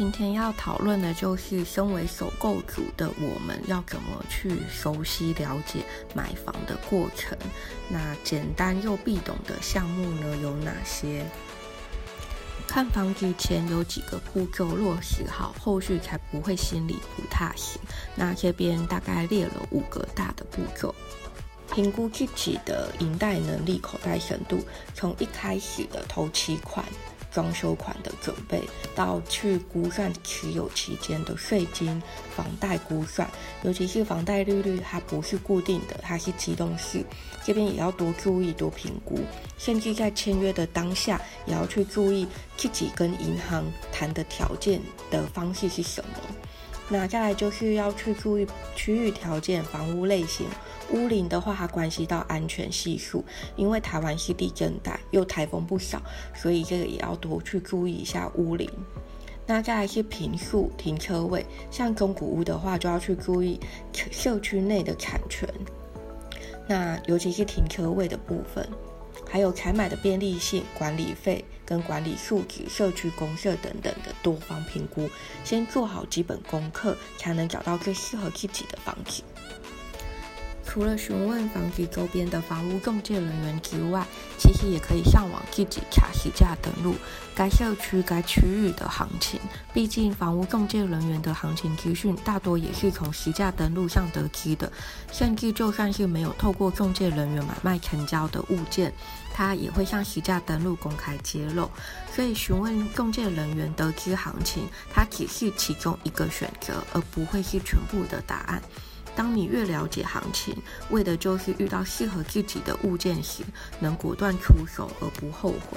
今天要讨论的就是身为首购族的我们要怎么去熟悉了解买房的过程。那简单又必懂的项目呢有哪些？看房之前有几个步骤落实好，后续才不会心里不踏实。那这边大概列了5个大的步骤。评估自己的银贷能力、口袋深度，从一开始的头期款、装修款的准备，到去估算持有期间的税金、房贷估算，尤其是房贷利率它不是固定的，它是机动式，这边也要多注意、多评估，甚至在签约的当下也要去注意自己跟银行谈的条件的方式是什么。那再来就是要去注意区域条件、房屋类型。屋龄的话，它关系到安全系数，因为台湾是地震带，又台风不少，所以这个也要多去注意一下屋龄。那再来是坪数、停车位，像中古屋的话，就要去注意社区内的产权，那尤其是停车位的部分，还有采买的便利性、管理费跟管理素质、社区公设等等的多方评估，先做好基本功课，才能找到最适合自己的房子。除了询问房子周边的房屋中介人员之外，其实也可以上网自己查实价登录该社区、该区域的行情。毕竟房屋中介人员的行情资讯大多也是从实价登录上得知的，甚至就算是没有透过中介人员买卖成交的物件，它也会向实价登录公开揭露。所以询问中介人员得知行情，它只是其中一个选择，而不会是全部的答案。当你越了解行情，为的就是遇到适合自己的物件时，能果断出手而不后悔。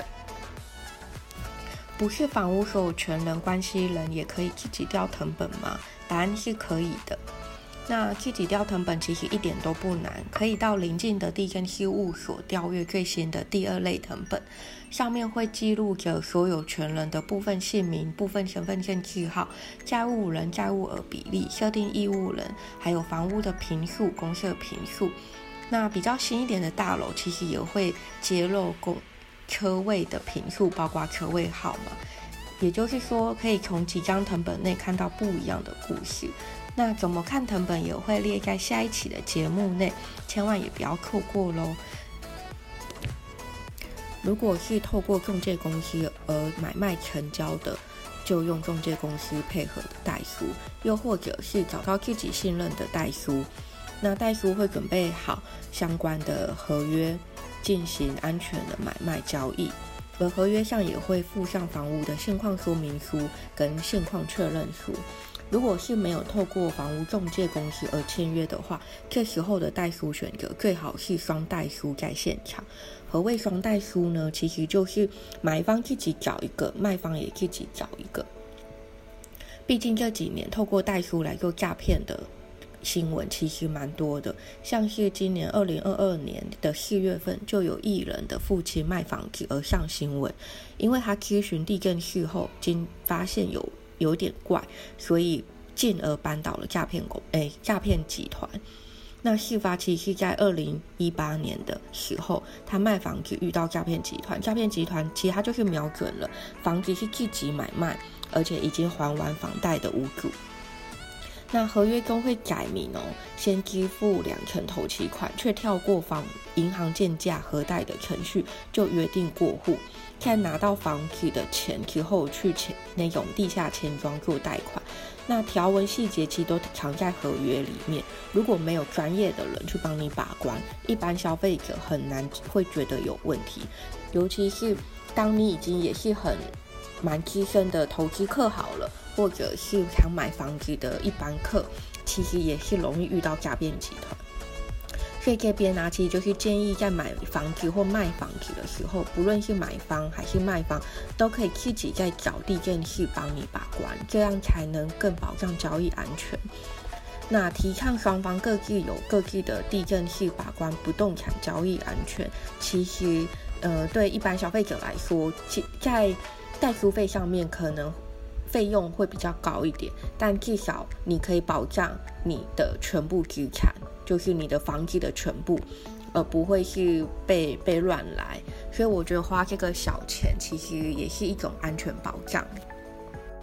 不是房屋所有权人、关系人也可以自己调誊本吗？答案是可以的。那自己调誊本其实一点都不难，可以到邻近的地政事务所调阅最新的第2类誊本，上面会记录着所有权人的部分姓名、部分身份证字号、债务人债务额比例、设定义务人，还有房屋的坪数、公设坪数。那比较新一点的大楼其实也会揭露车位的坪数，包括车位号码，也就是说可以从几张誊本内看到不一样的故事。那怎么看誊本也会列在下一期的节目内，千万也不要错过咯。如果是透过中介公司而买卖成交的，就用中介公司配合的代书，又或者是找到自己信任的代书。那代书会准备好相关的合约，进行安全的买卖交易，而合约上也会附上房屋的现况说明书跟现况确认书。如果是没有透过房屋中介公司而签约的话，这时候的代书选择最好是双代书在现场。何谓双代书呢？其实就是买方自己找一个，卖方也自己找一个。毕竟这几年透过代书来做诈骗的新闻其实蛮多的，像是今年2022年的4月份就有艺人的父亲卖房子而上新闻，因为他咨询地政士后，经发现有点怪，所以进而扳倒了诈骗集团。那事发其实是在2018年的时候，他卖房子遇到诈骗集团，诈骗集团其实他就是瞄准了房子是自己买卖，而且已经还完房贷的屋主。那合约中会载明先支付2成头期款，却跳过银行建价核贷的程序，就约定过户，在拿到房子的钱之后去那种地下钱庄做贷款。那条文细节其实都藏在合约里面，如果没有专业的人去帮你把关，一般消费者很难会觉得有问题。尤其是当你已经也是蛮资深的投资客好了，或者是想买房子的一般客，其实也是容易遇到诈骗集团。所以这边其实就是建议在买房子或卖房子的时候，不论是买方还是卖方，都可以自己在找地政士帮你把关，这样才能更保障交易安全。那提倡双方各自有各自的地政士把关不动产交易安全，其实对一般消费者来说，在代书费上面可能费用会比较高一点，但至少你可以保障你的全部资产，就是你的房子的全部，而不会是被乱来。所以我觉得花这个小钱其实也是一种安全保障。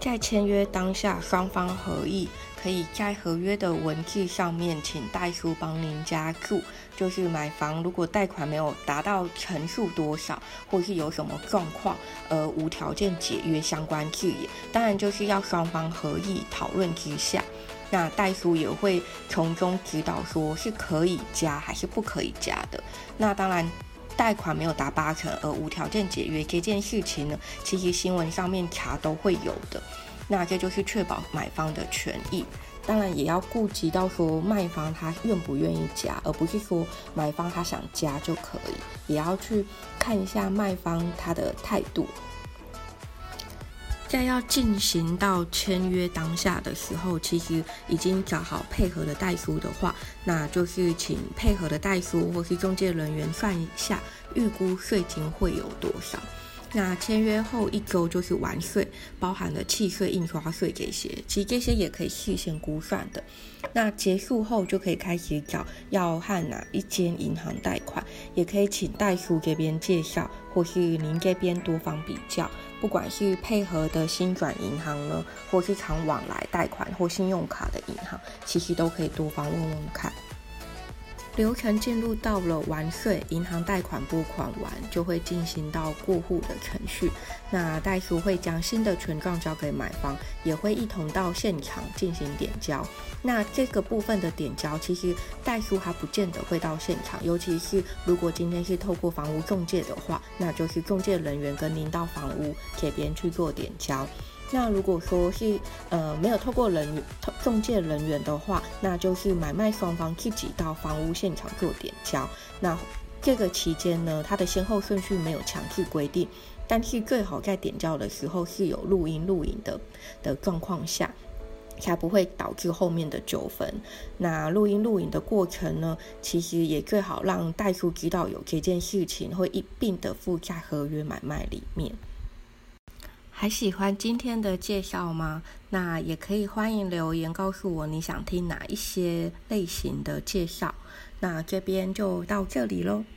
在签约当下，双方合意，可以在合约的文字上面请代书帮您加注，就是买房如果贷款没有达到成数多少，或是有什么状况，无条件解约相关字眼，当然就是要双方合意讨论之下，那代书也会从中指导说是可以加还是不可以加的。那当然贷款没有达80%而无条件解约这件事情呢，其实新闻上面查都会有的，那这就是确保买方的权益。当然也要顾及到说卖方他愿不愿意加，而不是说买方他想加就可以，也要去看一下卖方他的态度。在要进行到签约当下的时候，其实已经找好配合的代书的话，那就是请配合的代书或是中介人员算一下预估税金会有多少。那签约后1周就是完税，包含了契税、印花税这些，其实这些也可以事先估算的。那结束后就可以开始找要和哪一间银行贷款，也可以请代书这边介绍，或是您这边多方比较，不管是配合的新转银行呢，或是常往来贷款或信用卡的银行，其实都可以多方问问看。流程进入到了完税，银行贷款拨款完，就会进行到过户的程序。那代书会将新的权状交给买方，也会一同到现场进行点交。那这个部分的点交，其实代书还不见得会到现场，尤其是如果今天是透过房屋中介的话，那就是中介人员跟您到房屋这边去做点交。那如果说是没有透过中介人员的话，那就是买卖双方自己到房屋现场做点交。那这个期间呢，它的先后顺序没有强制规定，但是最好在点交的时候是有录影的状况下，才不会导致后面的纠纷。那录影的过程呢，其实也最好让代书知道有这件事情，会一并的附在合约买卖里面。还喜欢今天的介绍吗？那也可以欢迎留言告诉我你想听哪一些类型的介绍。那这边就到这里咯。